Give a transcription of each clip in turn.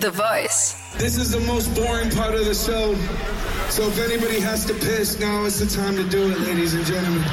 The Voice. This is the most boring part of the show. So if anybody has to piss, now is the time to do it, ladies and gentlemen.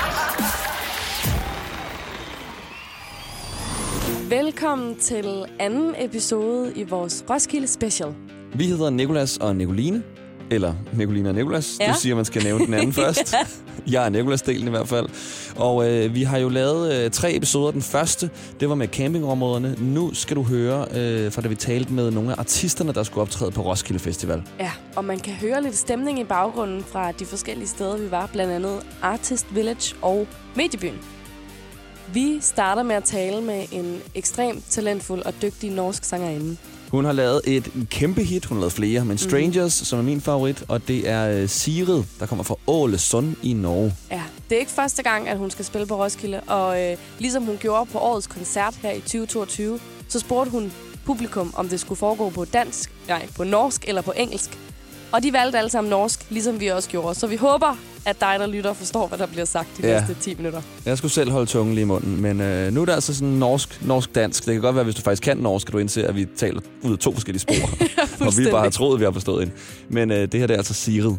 Velkommen til anden episode i vores Roskilde Special. Vi hedder Nicolas og Nicoline. Eller Nicoline og Nicolas. Ja. Du siger, man skal nævne den anden først. Jeg er Nicolas-delen i hvert fald. Og vi har jo lavet 3 episoder. Den første, det var med campingområderne. Nu skal du høre, fra da vi talte med nogle af artisterne, der skulle optræde på Roskilde Festival. Ja, og man kan høre lidt stemning i baggrunden fra de forskellige steder, vi var. Blandt andet Artist Village og Mediebyen. Vi starter med at tale med en ekstremt talentfuld og dygtig norsk sangerinde. Hun har lavet et kæmpe hit. Hun har lavet flere, men Strangers, som er min favorit, og det er Sigrid, der kommer fra Ålesund i Norge. Ja, det er ikke første gang, at hun skal spille på Roskilde, og ligesom hun gjorde på årets koncert her i 2022, så spurgte hun publikum, om det skulle foregå på norsk eller på engelsk. Og de valgte alle sammen norsk, ligesom vi også gjorde. Så vi håber, at dig, der lytter, forstår, hvad der bliver sagt de næste 10 minutter. Jeg skulle selv holde tungen lige i munden, men nu er det altså sådan norsk-dansk. Det kan godt være, hvis du faktisk kan norsk, at du indser, at vi taler ud af 2 forskellige spor. Og vi bare har troet, at vi har forstået ind. Men det her det er altså Sigrid.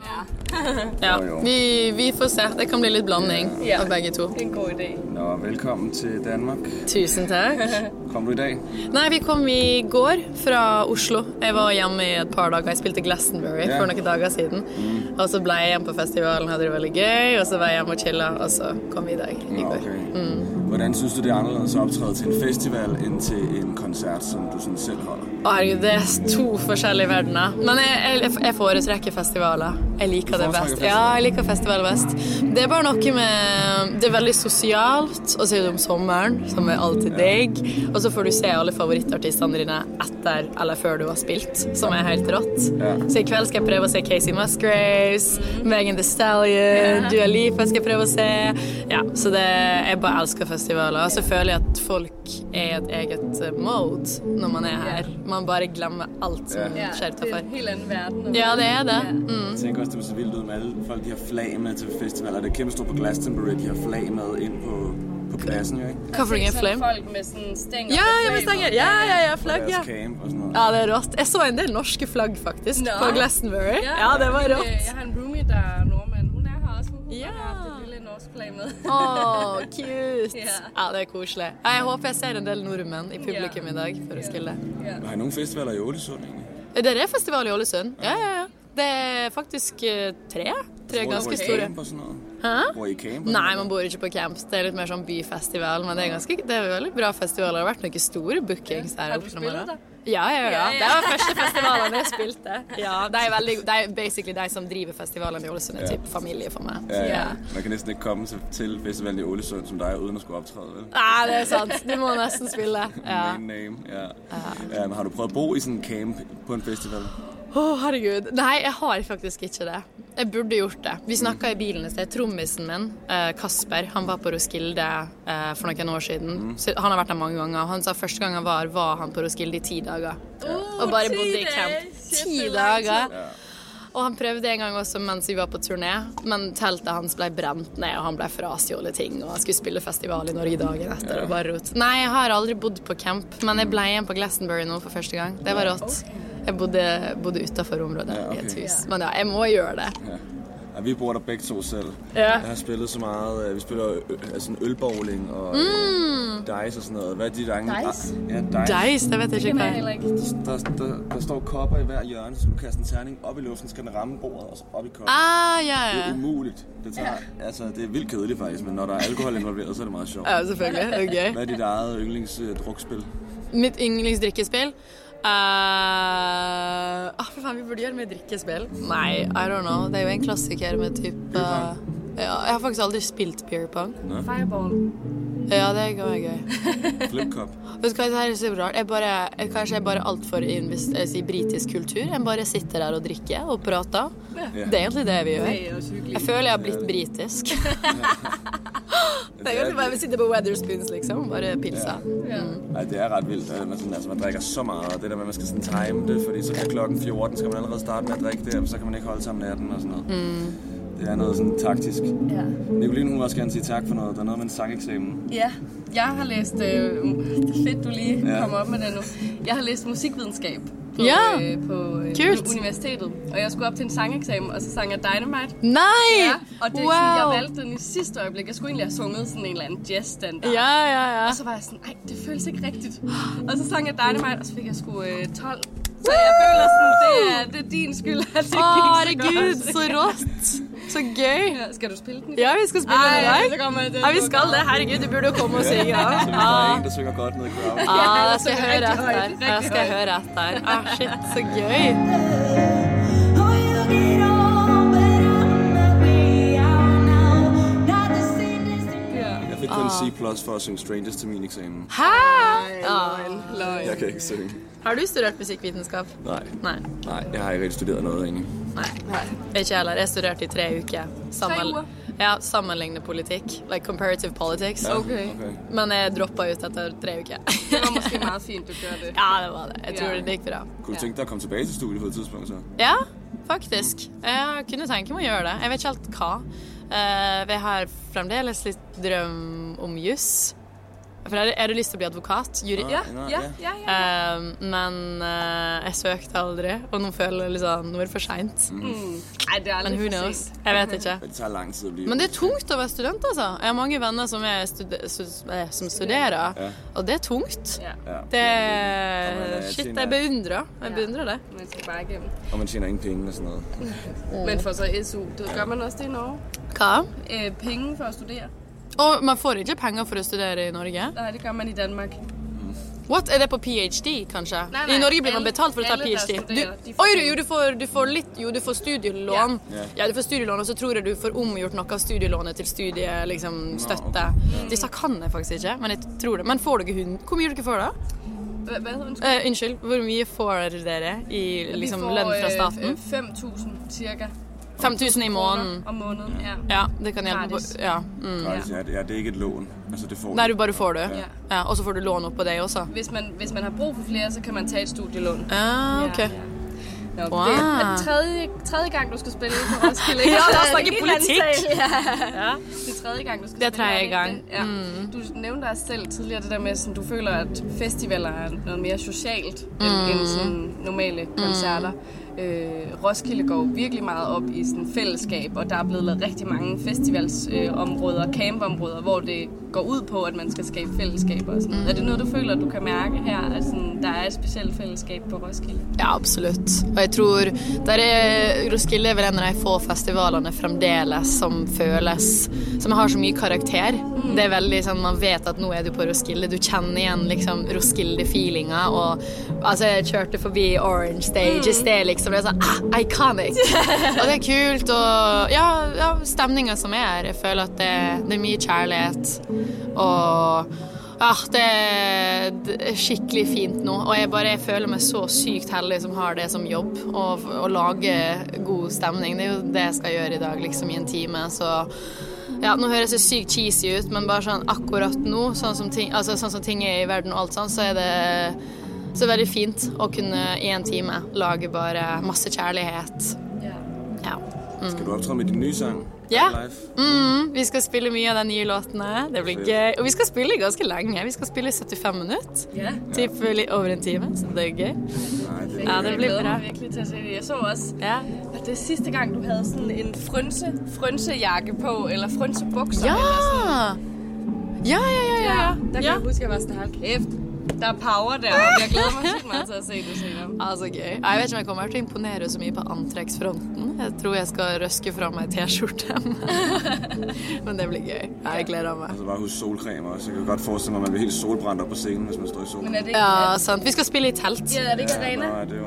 Ja, vi får se. Det kan blive lidt blanding af begge to. Det er en god idé. Nå, velkommen til Danmark. Tusind tak. Kom du i dag? Nej, vi kom i går fra Oslo. Jeg var hjemme i et par dager. Jeg spilte Glastonbury for nogle dager siden. Og så blev jeg hjemme på festivalen, havde det veldig gøy. Og så var jeg hjemme og chilla, og så kom vi i dag. I går. Okay. Hvordan synes du, det er anderledes at optræde til en festival end til en koncert, som du sådan selv holder? Herregud, det er 2 forskellige verdener. Men jeg foretrekker festivaler. Jeg liker det best. Ja, jeg liker festival best. Det er bare noe med... Det er veldig sosialt, og så er det om sommeren, som er alltid deg. Og så får du se alle favorittartistene dine etter eller før du har spilt, som er helt rått. Ja. Så i kveld skal jeg prøve å se Casey Musgraves, Megan Thee Stallion, Dua Lipa skal jeg prøve å se. Ja, så jeg bare elsker festivaler. Og så føler jeg at folk er et eget mode når man er her. Man bare glemmer alt som skjer utenfor. Det er en helt anden verden. Ja, det er det. Jeg tænker også, det er så vildt ud med alle folk, de har flag med til festivaler. Det er kæmpe stort på Glastonbury, de har flag med ind på pladsen, jo ikke? Hvorfor ingen flag? Folk med sådan stænger. Ja, med stænger. Ja, flagg, ja. Camp og sådan noget. Ja, det er rått. Jeg så en del norske flagg, faktisk, på Glastonbury. Ja, det var rått. Jeg har en roomie, der er nordmand. Hun er her også. Hun har haft et lille norsk flag med. Cute. Ja, det er koselig. Jeg håper jeg ser en del nordmenn i publikum i dag for å skille. Har I nogle festivaler i Ålesund, egentlig? Det er festival i Ålesund. Ja. Det er faktisk 3 ganske store. Bor I camp? Nei, man bor ikke på camp. Det er litt mer sånn byfestival, men det er veldig bra festival. Det har vært noen store bookings her. Har du spillet det? Ja. Det var første festivalen jeg spilte. Ja, det er basically de som driver festivalen i Ålesund, er typ familie for meg. Ja. Man kan næsten ikke komme til festivalen i Ålesund som dig, uden at skulle optræde, vel? Nej, det er sant. Du må nesten spille. Main name, ja. Har du prøvet at bo i sådan en camp på en festival? Herregud. Nei, jeg har faktisk ikke det. Jeg burde gjort det. Vi snakket i bilen i sted. Trommisen min, Kasper, han var på Roskilde for noen år siden. Han har vært der mange ganger. Han sa første gang han var han på Roskilde i 10 dager. Og bare bodde i camp. 10 dager. Og han prøvde en gang også mens vi var på turné, men teltet hans ble brent ned, og han ble frastjålet ting, og han skulle spille festival i Norge dagen etter, og bare rot. Nei, jeg har aldri bodd på camp, men jeg ble igjen på Glastonbury nå for første gang. Det var rått. Jeg bodde utenfor området i et hus. Men ja, jeg må gjøre det. Ja, vi bor der begge 2 selv. Jeg har spillet så meget. Vi spiller sådan ølbowling og dice og sådan noget. Hvad er de der? Dice? Ja, Dice, det vet jeg ikke hvad. Der står kopper i hver hjørne, så du kaster en terning op i luften, skal den ramme bordet og så op i koppen. Ja. Det er umuligt. Det er vildt kedeligt faktisk, men når der er alkohol involveret, så er det meget sjovt. Ja, selvfølgelig. Okay. Hvad er dit eget yndlingsdrukspil? Mitt yndlingsdrikkespill? For faen, vi burde gjøre med drikkespill. Nei, I don't know. Det er jo en klassiker med typ... jeg har faktisk aldri spilt beer pong. Fireball. Ja, det kan være gøy. Flipcup. Vet du hva, det her er så rart. Kanskje jeg bare alt for britisk kultur. Jeg bare sitter der og drikker og prater. Det er egentlig det vi gjør. Jeg føler jeg har blitt britisk. Det er egentlig bare vi sitter på Wetherspoons liksom, bare pilser. Ej, det er ret vildt. Man drikker så meget. Det der med, man skal sådan time det, fordi så kan klokken 14, skal man allerede starte med at drikke det, og så kan man ikke holde sig om natten og sådan noget. Det er noget sådan taktisk. Ja. Nicoline, hun vil også gerne sige tak for noget. Der er noget med en sangeksamen. Ja, jeg har læst... det er fedt, du lige kommer op med det nu. Jeg har læst musikvidenskab på universitetet. Og jeg skulle op til en sangeksamen, og så sang jeg Dynamite. Nej! Ja, og det er sådan, jeg valgte den i sidste øjeblik. Jeg skulle egentlig have sunget sådan en eller anden jazzstandard. Ja. Og så var jeg sådan, det føles ikke rigtigt. Og så sang jeg Dynamite, og så fik jeg sgu 12. Så jeg føler sådan, det er din skyld, at det gik så herregud, så rått. Så gøy. Ja, skal du spille den? Ja, vi skal spille den i dag. Ja, vi skal det. Herregud, du burde jo komme og synge. Så hvis der er en, der synger godt ned i crowd. Jeg skal høre etter. Jeg skal høre etter. Shit, så gøy. Jeg fik kun C+ for at synge Strangers til min eksamen. Løgn. Jeg kan ikke synge. Har du studert musikvitenskap? Nej, jeg har ikke rigtig studeret noget egentlig. Nej. Ikke heller. Jeg studerte i 3 uker. 3 uger? Ja, sammenlignende politikk. Like comparative politics. Ja, okay. Men jeg droppet ut etter 3 uker. Det var måske meget fint, du gjorde det. Ja, det var det. Jeg tror det gikk bra. Kunne du tænke dig at komme tilbage til studiet på et tidspunkt så? Ja, faktisk. Jeg kunne tenke meg å gjøre det. Jeg vet ikke helt hva. Jeg har fremdeles litt drøm om juss. For jeg hadde lyst til å bli advokat. Ja. Men jeg søkte aldri, og nå føler jeg liksom, nå er det for sent. Nei, det er aldri Men who knows? Jeg vet ikke. Det tager lang tid at blive. Men det er tungt å være student, altså. Jeg har mange venner som studerer, og det er tungt. Ja. Det shit, jeg beundrer. Jeg beundrer det. Man skal bare igennem. Og man tjener ingen penge og sådan noget. Men for så SU, gør man også det i Norge? Hva? Penge for at studere? Og man får ikke penger for å studere i Norge? Nej, det gør man i Danmark. What? Er det på PhD, kanskje? Nei, I Norge blir man betalt for å ta PhD. Du får studielån. Ja, du får studielån, og så tror jeg du får omgjort noe av studielånet til studie, liksom, støtte. Disse kan jeg faktisk ikke, men jeg tror det. Men får dere hvor mye dere får da? Unnskyld, hvor mye får dere i liksom, lønn fra staten? 5.000 cirka. 5.000 i måneden. Om måneden, ja. Det kan hjelpe på. Ja. Gratis, ja, det er ikke et lån. Altså, det får Nei, du bare får det. Ja. Og så får du lån opp på det også. Hvis man har brug for flere, så kan man tage et studielån. Ok. Nå, det er tredje gang, du skal spille på Roskilde. Ja, la oss snakke politikk. Ja. Det er tredje gang, du skal spille. Det er tredje gang. Ja. Du nævnte dig selv tidligere det der med, at du føler, at festivaler er noget mere socialt end sådan normale koncerter. Roskilde går virkelig meget op i sådan fællesskab, og der er blevet lavet rigtig mange festivalsområder, campområder, hvor det går ud på, at man skal skabe fællesskaber og sådan. Er det noget, du føler, du kan mærke her, at sådan, der er et specielt fællesskab på Roskilde? Ja, absolutt. Og jeg tror Roskilde er vel en av de få festivalene fremdeles som føles, som har så mye karakter. Det er veldig sånn, man vet at nå er du på Roskilde, du kjenner igjen liksom Roskilde-feelinga, og altså jeg kjørte forbi Orange Stage i sted liksom, det er sånn, iconic. Og det er kult, og ja, stemningen som er, jeg føler at det er mye kjærlighet, og ja, det er skikkelig fint nå, og jeg føler meg så sykt heldig som har det som jobb, og lage god stemning. Det er jo det jeg skal gjøre i dag, liksom i en time, så ja, nå høres det sykt cheesy ut, men bare sånn akkurat nå, sånn som ting er i verden og alt sånn, så er det så veldig fint å kunne i en time lage bare masse kjærlighet. Ja. Skal du optræde med din nye sang? Ja. Vi skal spille mye av de nye låtene. Det blir gøy. Og vi skal spille ganske lenge. Vi skal spille i 75 minutter. Typ litt over en time, så det er gøy. Ja, det blir bra. Virkelig til at se det. Jeg så også, at det er sidste gang, du havde sådan en frønsejakke på, eller frønsebukser. Ja! Ja. Der kan jeg huske, at jeg var sådan, hold kæft. Der er power der, og jeg glæder mig sygt meget til at se det senere. Altså gøy. Jeg vet ikke om jeg kommer til å imponere så mye på antrekksfronten. Jeg tror jeg skal røske fra meg T-skjorte. Men det blir gøy. Jeg gleder meg. Altså bare husk solcreme også. Jeg kan godt forestille mig, at man bliver helt solbrændt op på scenen, hvis man står i solen. Ja, sant. Vi skal spille i telt. Ja, er det ikke Arena?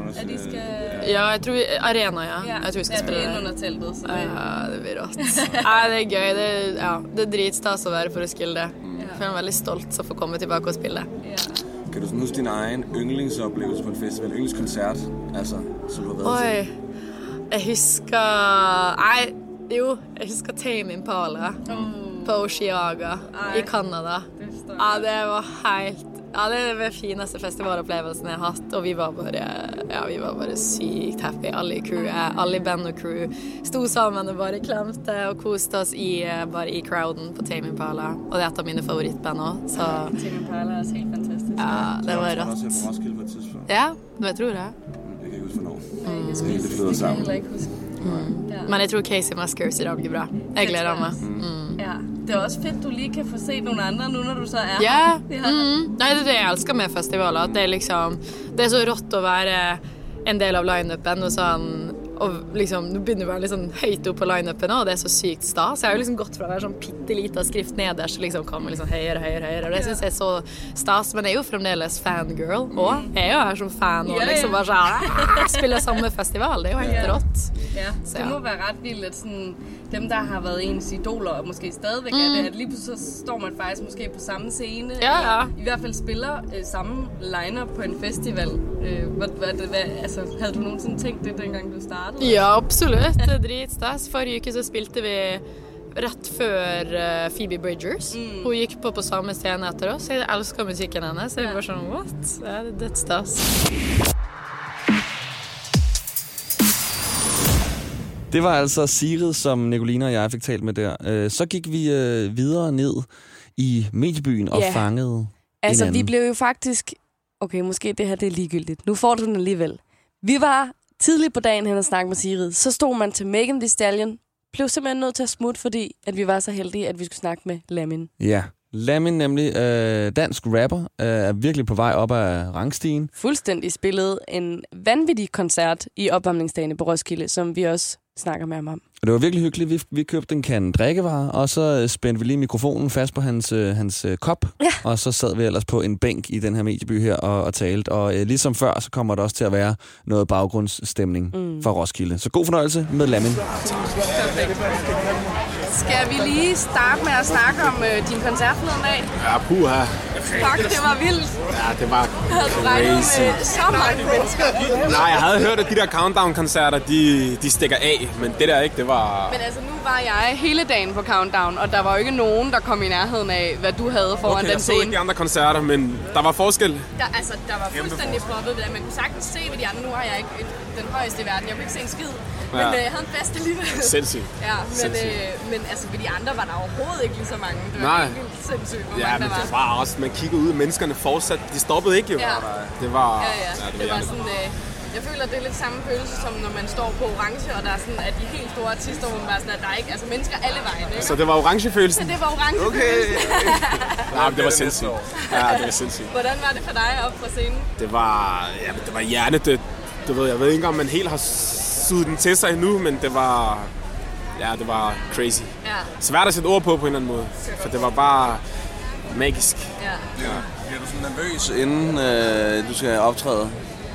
Ja, jeg tror Arena, Jeg tror vi skal spille det. Under teltet. Så ja, det blir rått. Nei, det er gøy. Det er dritstas å være på Roskilde. Jeg føler meg veldig stolt å få komme tilbake og spille. Kan du sådan huske din egen yndlingsoplevelse på en festival? Yndlingskoncert, altså, som du har været til? Jeg husker... jeg husker Tame Impala på Oshiaga i Canada. Ja, det var helt Ja, det er den fineste festivalopplevelsen jeg har hatt, og vi var bare sykt happy, alle i crewet, alle i band og crew, sto sammen og bare klemte og koste oss bare i crowden på Tame Impala, og det er et av mine favorittband også, så... Tame Impala er helt fantastisk. Ja, det var rått. Jeg har også på Roskilde på et tidspunkt. Ja, det tror jeg. Jeg kan ikke huske, hvornår. Det flyder sammen. Men jeg tror Casey Musgraves er rævlig bra. Jeg gleder meg. Ja, det er også fedt, du lige kan få set nogle andre nu, når du så er Ja, her. Nei, det er det jeg elsker med festivaler, at det er liksom, det er så rått å være en del av line-upen, og sånn, og liksom, nå begynner du å være litt sånn høyt opp på line-upen, og det er så sykt stas. Jeg har jo liksom gått fra å være sånn pittelita skrift nederst, så liksom kommer liksom høyere, og det synes jeg er så stas, men jeg er jo fremdeles fangirl, og jeg er jo her som fan, og liksom bare sånn, spiller samme festival, det er jo helt rått. Ja, det må være ret vildt, at sådan, dem, der har været ens idoler, og måske stadigvæk er det, at lige pludselig så står man faktisk måske på samme scene, Ja. i hvert fald spiller samme liner på en festival. Altså, havde du nogensinde tænkt det, dengang du startede? Ja, absolutt. Det er dritstas. Forrige uke så spilte vi rett før Phoebe Bridgers. Hun gikk på samme scene etter oss. Jeg elsker musikken hennes. Så jeg var sånn, what? Ja, det er dødsstas. Det var altså Sigrid, som Nicoline og jeg fik talt med der. Så gik vi videre ned i mediebyen og fangede Altså, hinanden. vi blev jo faktisk... Okay, måske det her det er ligegyldigt. Nu får du den alligevel. Vi var tidligt på dagen hen og snakke med Sigrid. Så stod man til Megan Thee Stallion. Blev simpelthen nødt til at smutte, fordi at vi var så heldige, at vi skulle snakke med Lamin. Ja, Lamin nemlig, dansk rapper, er virkelig på vej op ad rangstigen. Fuldstændig spillede en vanvittig koncert i opvarmningsdagene på Roskilde, som vi også snakker med ham om. Og det var virkelig hyggeligt. Vi købte en kande drikkevarer, og så spændte vi lige mikrofonen fast på hans kop, og så sad vi ellers på en bænk i den her medieby her og talte. Og ligesom før, så kommer der også til at være noget baggrundsstemning fra Roskilde. Så god fornøjelse med Lamin. Skal vi lige starte med at snakke om din koncert forleden dag? Ja, puha. Fuck, det var vildt. Ja, det var Havde du regnet crazy. med så mange mennesker? Nej, jeg havde hørt, at de der countdown-koncerter, de stikker af, men det der ikke, det var... Men altså, nu var jeg hele dagen på Countdown, og der var jo ikke nogen, der kom i nærheden af, hvad du havde foran Okay, den jeg så scene. ikke de andre koncerter, men der var forskel. Der var fuldstændig proppet der. Man kunne sagtens se, hvad de andre... Nu har jeg ikke den højeste i verden. Jeg kunne ikke se en skid. Men jeg havde en fest alligevel. Sindssygt. Ja, men altså, ved de andre var der overhovedet ikke lige så mange. Det var Nej. helt sindssygt, hvor Ja, mange men der var. det var også... Man kiggede ud, menneskerne fortsat. De stoppede ikke, jo. Ja. Det var... Ja. Det var sådan... Jeg føler, det er lidt samme følelse, som når man står på Orange, og der er sådan, at de helt store artister, hvor man bare sådan, at der er ikke... Altså, mennesker alle vejen, ikke? Så det var orangefølelsen? Det var orange. Okay. Nej, men det var sindssygt. Ja, det var sindssygt. Hvordan var det for dig op fra scenen? Det var hjernedødt. Du ved, jeg ved ikke, om man helt har suget den til sig endnu, men det var... Ja, det var crazy. Ja. Svært at sætte ord på en eller anden måde, for det var bare magisk. Ja. Bliver du sådan nervøs, inden du skal optræde?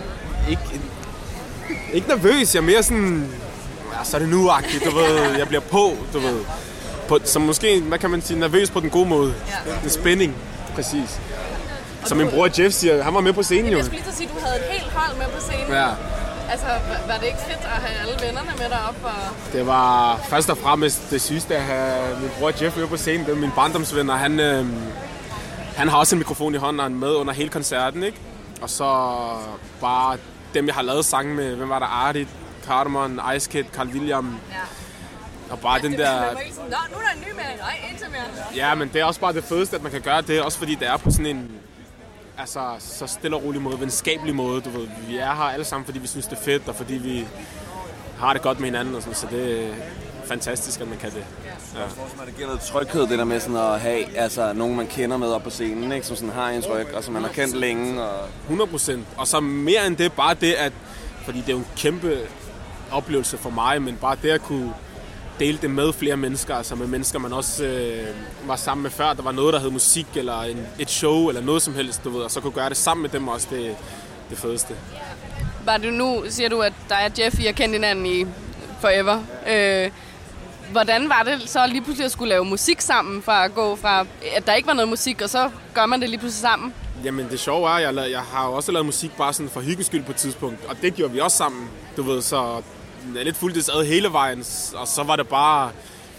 Ikke nervøs, jeg er mere sådan... Ja, så er det nu-agtigt, du ved. Jeg bliver du ved. Så måske, hvad kan man sige, nervøs på den gode måde. Ja. En spænding, præcis. Som min bror Jeff siger, han var med på scenen jo. Jeg skulle lige til at sige, at du havde et helt hold med på scenen. Ja. Altså, var det ikke fedt at have alle vennerne med deroppe? Og... Det var først og fremmest det sygeste at have min bror Jeff med på scenen. Det var min barndomsven, og han har også en mikrofon i hånden, og han er med under hele koncerten, ikke? Og så bare dem, jeg har lavet sange med. Hvem var der? Artie, Cardamon, Ice Kid, Carl William. Ja. Og bare den der... Man var ikke sådan, nå, nu er der en ny med. Nej, indtil mere. Ja, men det er også bare det fedeste, at man kan gøre det. Også fordi det er på sådan en... Altså, så stille og rolig måde, venskabelig måde, du ved. Vi er her alle sammen, fordi vi synes, det er fedt, og fordi vi har det godt med hinanden og sådan. Så det er fantastisk, at man kan det. Ja. Det giver noget tryghed, det der med sådan at have nogen, man kender med op på scenen, ikke? Som sådan har en tryk, og som man har kendt længe. Og... 100%. Og så mere end det, bare det, at... Fordi det er jo en kæmpe oplevelse for mig, men bare det at kunne dele det med flere mennesker, altså med mennesker, man også var sammen med før. Der var noget, der hed musik, eller et show, eller noget som helst, du ved. Og så kunne gøre det sammen med dem også, det fedeste. Var du nu, siger du, at dig og Jeff, I har kendt hinanden i forever. Hvordan var det så lige pludselig at skulle lave musik sammen, fra at gå fra, at der ikke var noget musik, og så gør man det lige pludselig sammen? Jamen det sjove er, at jeg har jo også lavet musik bare sådan for hyggens skyld på et tidspunkt, og det gjorde vi også sammen, du ved, så jeg er lidt fuldtidsad hele vejen, og så var det bare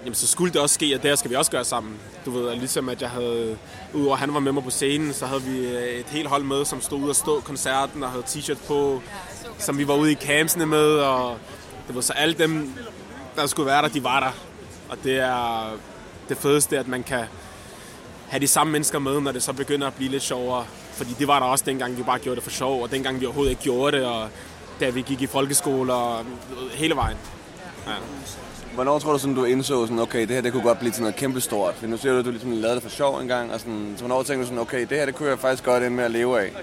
jamen, så skulle det også ske, at det her skal vi også gøre sammen. Du ved, ligesom at jeg havde, udover at han var med mig på scenen, så havde vi et helt hold med, som stod ude og stå koncerten og havde t-shirt på, som vi var ude i campsene med, og du ved, så alle dem, der skulle være der, de var der. Og det er det fedeste, at man kan have de samme mennesker med, når det så begynder at blive lidt sjovere. Fordi det var der også dengang, vi bare gjorde det for sjov, og dengang vi overhovedet ikke gjorde det, og da vi gik i folkeskole og hele vejen. Ja. Hvornår tror du, sådan, du indså, sådan, okay, det her det kunne godt blive til noget kæmpestort? For nu ser du, at du ligesom lavede det for sjov en gang, og sådan, så hvornår tænkte du sådan, okay, det her det kunne jeg faktisk godt ende med at leve af?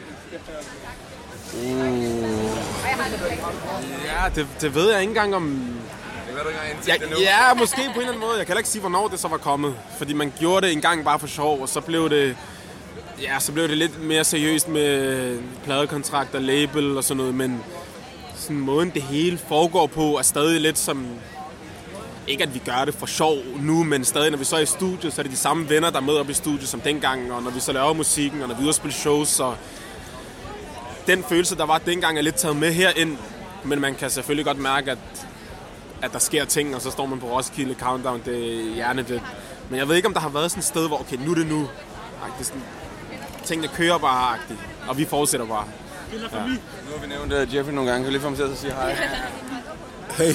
Ja, det ved jeg ikke engang om... Det ved du ikke engang endnu? Ja, måske på en eller anden måde. Jeg kan heller ikke sige, hvornår det så var kommet. Fordi man gjorde det en gang bare for sjov, og så blev det... Ja, så blev det lidt mere seriøst med pladekontrakt og label og sådan noget, men sådan måden det hele foregår på er stadig lidt som... Ikke at vi gør det for sjov nu, men stadig når vi så er i studiet, så er det de samme venner, der er med op i studiet som dengang, og når vi så laver musikken, og når vi ude spiller shows, så den følelse, der var dengang, er lidt taget med herind, men man kan selvfølgelig godt mærke, at der sker ting, og så står man på Roskilde Countdown, det er hjernedødt. Men jeg ved ikke, om der har været sådan et sted, hvor okay, nu er det nu. Det er sådan, tingene kører bare-agtigt, og vi fortsætter bare. Ja. Nu har vi nævnt Jeffrey nogle gange. Kan du lige få mig til at sige hej? Hey.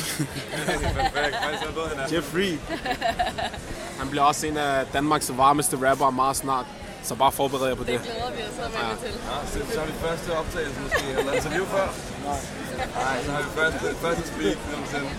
Jeffrey. Han bliver også en af Danmarks varmeste rapper meget snart. Så bare forbered jer på det. Det glæder vi os til. Ja, så har vi første optagelse måske. Eller interview før? Nej, så har vi første speak nogensinde.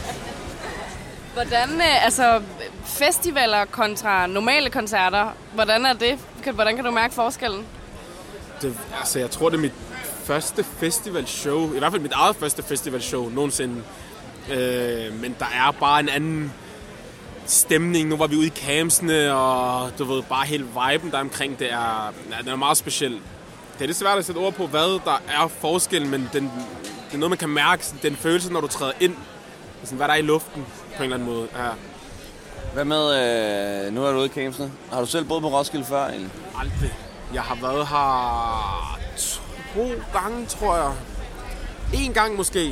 Hvordan, altså festivaler kontra normale koncerter, hvordan er det? Hvordan kan du mærke forskellen? Altså, jeg tror, det er mit første festivalshow. I hvert fald mit eget første festivalshow nogensinde. Men der er bare en anden stemning. Nu var vi ude i campsene, og du ved, bare hele viben der omkring, den er meget speciel. Det er lidt svært at sætte ord på, hvad der er forskellen, men det er noget, man kan mærke. Den følelse, når du træder ind, sådan, hvad der er i luften, på en eller anden måde. Ja. Hvad med, nu er du ude i campsene. Har du selv boet på Roskilde før, egentlig? Aldrig. Jeg har været her 2 gange, tror jeg. 1 gang måske.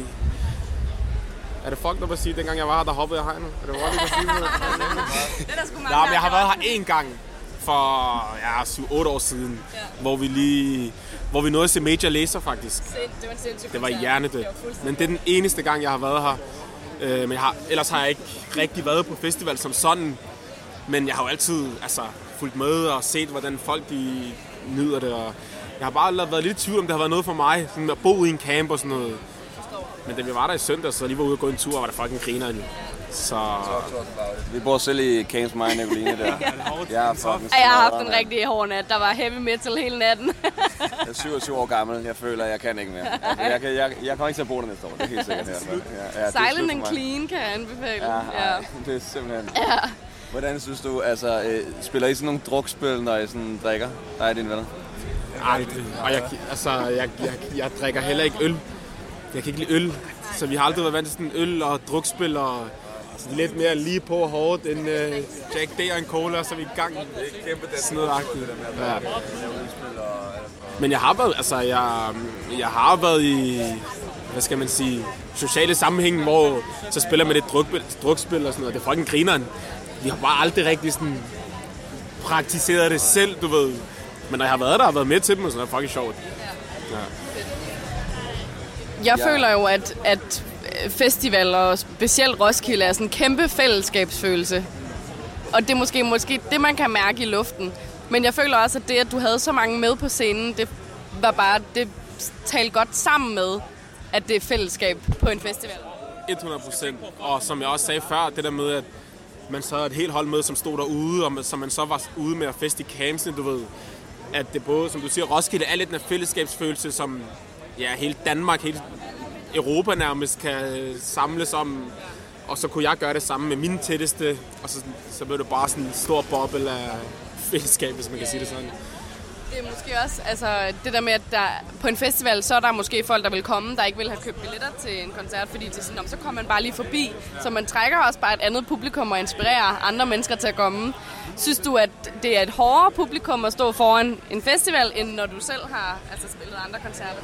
Er det fucked up at sige, dengang jeg var her, der hoppede jeg hegnet? Er det roligt at sige noget? Det er der sgu mange. Ja, men jeg har været her 1 gang for 7-8 år siden, ja. hvor vi nåede at se Major Lazer faktisk. Det var en sindssygt. Det var hjernedødt. Men det er den eneste gang, jeg har været her. Men ellers har jeg ikke rigtig været på festival som sådan. Men jeg har jo altid fulgt med og set, hvordan folk de nyder det. Og jeg har bare været lidt i tvivl, om det har været noget for mig. Sådan at bo i en camp og sådan noget. Men da vi var der i søndag, så lige var ude og gå en tur, var der fucking griner jo. Så... Vi bor selv i camps, mig og Nicoline der. Jeg har haft en rigtig hård nat. Der var heavy metal hele natten. Jeg er 27 år gammel. Jeg føler, at jeg kan ikke mere. Jeg kommer ikke til at bo der næste år. Det er helt sikkert her. Silent and Clean kan jeg anbefale. Ja. Det er simpelthen... Ja. Hvordan synes du, spiller I sådan nogle drukspil, når I sådan drikker? Nej, dine venner? Aldrig. Og jeg drikker heller ikke øl. Jeg kan ikke lide øl, så vi har aldrig været vant til sådan øl og drukspil og lidt mere lige på og hårdt end Jack D og en cola, så er vi i gang. Sådan noget-agtigt. Ja. Men jeg har været, jeg har været i, hvad skal man sige, sociale sammenhæng, hvor så spiller man lidt drukspil og sådan noget. Det er fucking grineren. Vi har bare aldrig rigtig sådan praktiseret det selv, du ved. Men når jeg har været der og været med til dem, så er det fucking sjovt. Ja. Jeg føler jo, at festivaler, og specielt Roskilde, er sådan en kæmpe fællesskabsfølelse. Og det er måske det, man kan mærke i luften. Men jeg føler også, at det, at du havde så mange med på scenen, det talte godt sammen med, at det er fællesskab på en festival. 100%. Og som jeg også sagde før, det der med, at man så havde et helt hold med, som stod derude, og som man så var ude med at feste i campsene, du ved. At det både, som du siger, Roskilde er lidt en fællesskabsfølelse, som hele Danmark, hele Europa nærmest kan samles om. Og så kunne jeg gøre det samme med mine tætteste, og så blev det bare sådan en stor boble af fællesskab, hvis man kan sige det sådan. Det er måske også, det der med, at der, på en festival, så er der måske folk, der vil komme, der ikke vil have købt billetter til en koncert, fordi det er sådan, så kommer man bare lige forbi. Så man trækker også bare et andet publikum og inspirerer andre mennesker til at komme. Synes du, at det er et hårdere publikum at stå foran en festival, end når du selv har spillet andre koncerter?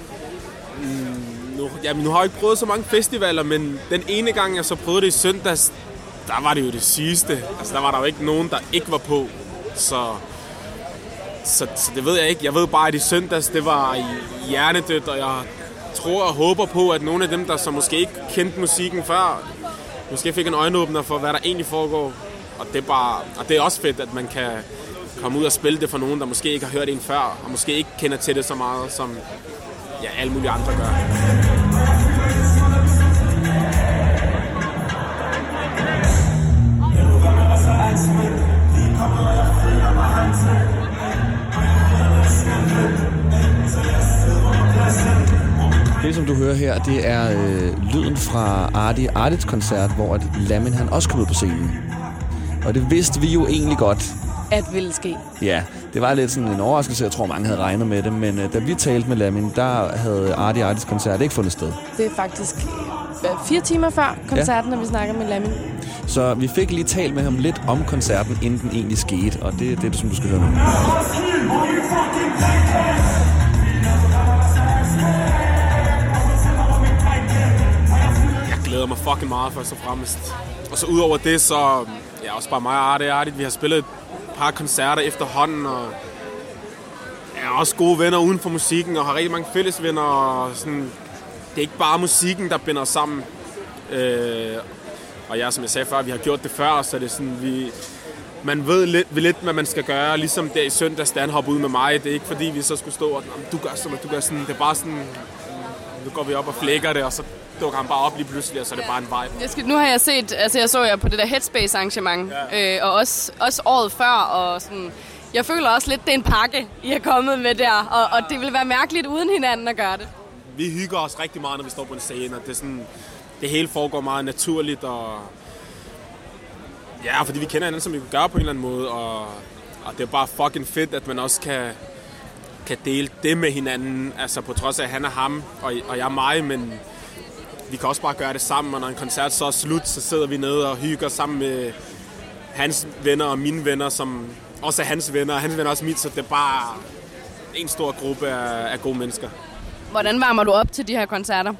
Nu har jeg ikke prøvet så mange festivaler, men den ene gang, jeg så prøvede det i søndags, der var det jo det sygeste. Altså, der var der jo ikke nogen, der ikke var på. Så det ved jeg ikke. Jeg ved bare, at i søndags, det var hjernedødt, og jeg tror og håber på, at nogle af dem, der så måske ikke kendte musikken før, måske fik en øjenåbner for, hvad der egentlig foregår. Og det er også fedt, at man kan komme ud og spille det for nogen, der måske ikke har hørt en før, og måske ikke kender til det så meget, som alle mulige andre gør. Det, som du hører her, det er lyden fra Ardits koncert, hvor Lamin han også kom ud på scenen. Og det vidste vi jo egentlig godt. At ville ske. Ja, det var lidt sådan en overraskelse. Jeg tror, mange havde regnet med det. Men da vi talte med Lamin, der havde Ardits koncert ikke fundet sted. Det er faktisk 4 timer før koncerten, når vi snakker med Lamin. Så vi fik lige talt med ham lidt om koncerten, inden den egentlig skete. Og det er det, som du skal høre nu. Jeg glæder mig fucking meget, først og fremmest. Og så udover det, så også bare mig og Ardit. Vi har spillet et par koncerter efterhånden, og er også gode venner uden for musikken, og har rigtig mange fælles venner. Og sådan, det er ikke bare musikken, der binder os sammen. Og som jeg sagde før, vi har gjort det før, så det er sådan, man ved lidt, hvad man skal gøre. Ligesom der i søndags, da han hoppede ud med mig. Det er ikke fordi, vi så skulle stå og du gør sådan, og du gør sådan. Det er bare sådan, nu går vi op og flækker det, og så dukker han bare op lige pludselig, og så er det bare en vibe. Nu har jeg set, jeg så jer på det der Headspace arrangement, og også året før, og sådan, jeg føler også lidt, det er en pakke, I er kommet med der, og det vil være mærkeligt uden hinanden at gøre det. Vi hygger os rigtig meget, når vi står på en scene, og det er sådan, det hele foregår meget naturligt, og fordi vi kender hinanden, som vi kan gøre på en eller anden måde, og det er bare fucking fedt, at man også kan dele det med hinanden, altså på trods af, at han er ham, og jeg er mig, men vi kan også bare gøre det sammen, og når en koncert så er slut, så sidder vi nede og hygger sammen med hans venner og mine venner, som også er hans venner, og hans venner også mit, så det er bare en stor gruppe af gode mennesker. Hvordan varmer du op til de her koncerter?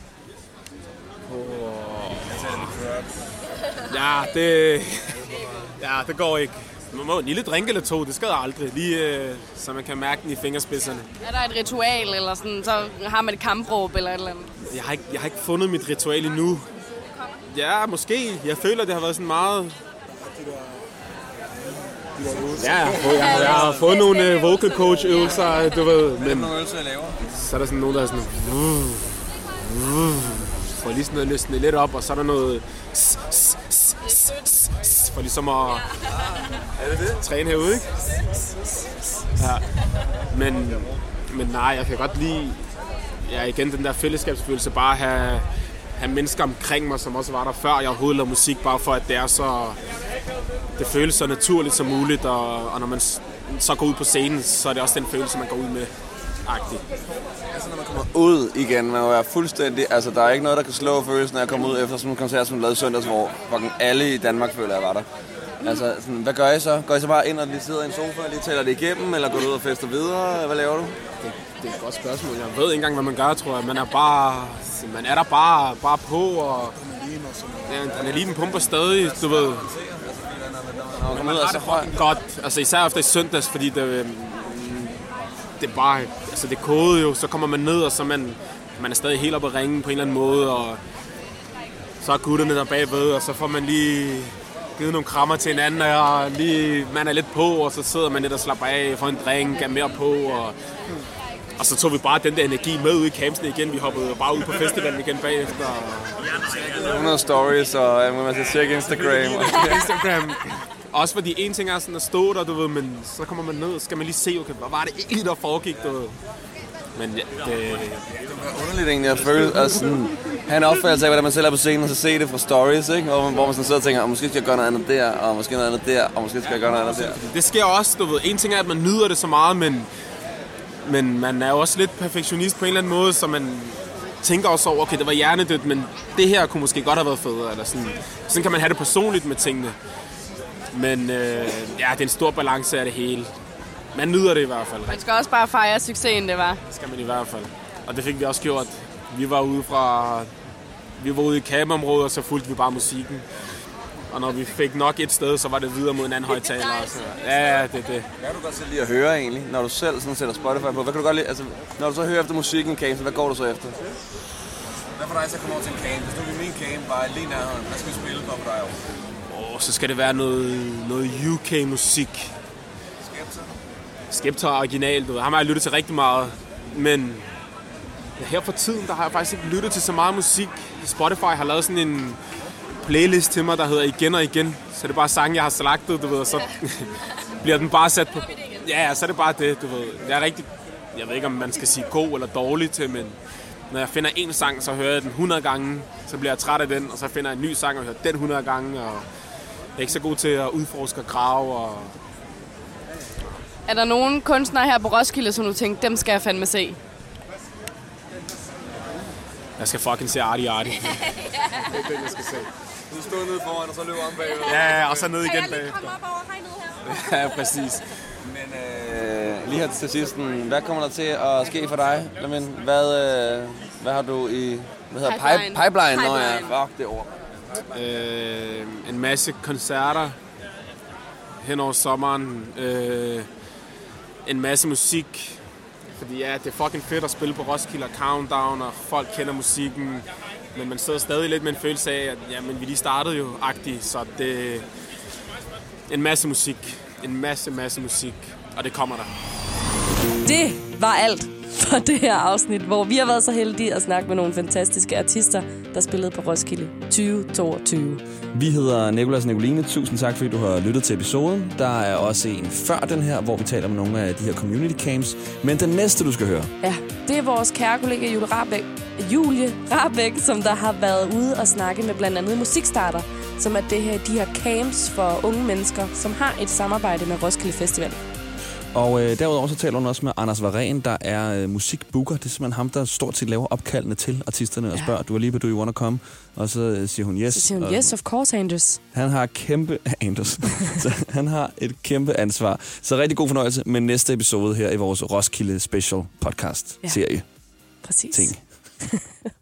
Det går ikke. Man må en lille drink eller to, det skader aldrig, lige så man kan mærke den i fingerspidserne. Er der et ritual, eller sådan, så har man et kampråb eller et eller andet? Jeg har ikke fundet mit ritual endnu. Ja, måske. Jeg føler, det har været sådan meget... Ja, jeg har fået nogle vocal coach øvelser, du ved. Men så er der sådan nogen, der er sådan... For lige sådan at løsne lidt op, og så er der noget... For ligesom at træne herude, ikke? Ja. Men nej, jeg kan godt lide... Ja, igen den der fællesskabsfølelse, bare have mennesker omkring mig, som også var der før jeg overhovedet lavede musik, bare for at det er så... Det føles så naturligt som muligt, og når man så går ud på scenen, så er det også den følelse, man går ud med. Agtigt. Altså når man kommer ud igen, man må være fuldstændig... Altså der er ikke noget, der kan slå følelsen af at komme ud efter sådan en koncert, som lavede søndags, hvor fucking alle i Danmark føler, at jeg var der. Altså sådan, hvad gør I så? Går I så bare ind og lige sidder i en sofa og lige tæller det igennem, eller går du ud og fester videre? Hvad laver du? Det er et godt spørgsmål. Jeg ved ikke engang, hvad man gør, tror jeg. Man er der bare på, og adrenalinen pumper stadig, du ved. Man har det fucking godt, altså især efter i søndags, fordi det er bare, altså det kode jo, så kommer man ned, og så man er stadig helt oppe at ringe på en eller anden måde, og så er gutterne der bagved, og så får man lige givet nogle krammer til hinanden, og man er lidt på, og så sidder man lidt og slapper af, får en drink, er mere på, og så tog vi bare den der energi med ud i campsen igen. Vi hoppede bare ud på festivalen igen bagefter. 100 stories, og man skal tjekke Instagram. Også fordi en ting er sådan at stå der, du ved, men så kommer man ned, og skal man lige se, okay, hvad var det egentlig, der foregik, du ved. Men ja, det var underligt egentlig at føle, altså sådan, han opfatter sig af, hvordan man selv er på scenen, og så se det fra stories, ikke? Hvor man sådan sidder og tænker, måske skal jeg gøre noget andet der, og måske noget andet der, og måske skal jeg gøre noget andet der. Det sker også, du ved. En ting er, at man nyder det så meget, men man er jo også lidt perfektionist på en eller anden måde, så man tænker også over, okay, det var hjernedødt, men det her kunne måske godt have været federe, eller sådan. Sådan kan man have det personligt med tingene. Men det er en stor balance af det hele. Man nyder det i hvert fald. Man skal også bare fejre succesen, det var. Det skal man i hvert fald. Og det fik vi også gjort. Vi var ude i campområdet, og så fulgte vi bare musikken. Og når vi fik nok et sted, så var det videre mod en anden højtaler. Ja, det. Hvad kan du godt selv lide at høre egentlig, når du selv sådan sætter Spotify på? Hvad kan du godt lide, altså, når du så hører efter musikken i camp, hvad går du så efter? Hvad for dig så kommer over til en camp? Hvis du vil min camp bare lige nærheden, hvad skal vi spille for dig over? Så skal det være noget UK-musik. Skepta original, du ved. Ham har jeg lyttet til rigtig meget. Men her for tiden, der har jeg faktisk ikke lyttet til så meget musik. Spotify har lavet sådan en playlist til mig, der hedder Igen og Igen. Så det er bare sange, jeg har slagtet, du ved, og så bliver den bare sat på. Ja, så er det bare det, du ved. Det er rigtig, jeg ved ikke, om man skal sige god eller dårlig til, men når jeg finder en sang, så hører jeg den 100 gange, så bliver jeg træt af den, og så finder jeg en ny sang og hører den 100 gange, og jeg er ikke så god til at udforske og grave. Og er der nogen kunstnere her på Roskilde, som du tænkte, dem skal jeg fandme se? Jeg skal fucking se Artie. Det er den, jeg skal se. Du står nede foran, og så løber om bagved. Ja, og så ned igen bagved. Kan jeg komme op over hegnet her? Ja, præcis. Men lige her til sidst, hvad kommer der til at ske for dig? Hvad har du i... Hvad hedder pipeline? Nå ja, fuck det ord. En masse koncerter hen over sommeren. En masse musik. Fordi ja, det er fucking fedt at spille på Roskilde og Countdown, og folk kender musikken. Men man sidder stadig lidt med en følelse af, at jamen, vi lige startede jo agtigt, så det er en masse musik. En masse musik, og det kommer der. Det var alt for det her afsnit, hvor vi har været så heldige at snakke med nogle fantastiske artister, der spillede på Roskilde 2022. Vi hedder Nicolas og Nicoline. Tusind tak, fordi du har lyttet til episoden. Der er også en før den her, hvor vi taler med nogle af de her community camps. Men den næste, du skal høre. Ja, det er vores kære kollega Julie Rahbek, som der har været ude og snakke med blandt andet Musikstarter, som er de her camps for unge mennesker, som har et samarbejde med Roskilde Festival. Og derudover så taler hun også med Anders Varen, der er musikbooker. Det er simpelthen ham, der stort set laver opkaldene til artisterne og spørger, do you wanna come? Og så siger hun yes. Så siger hun yes, of course, Anders. Han har han har et kæmpe ansvar. Så rigtig god fornøjelse med næste episode her i vores Roskilde Special podcast serie. Præcis. Ting.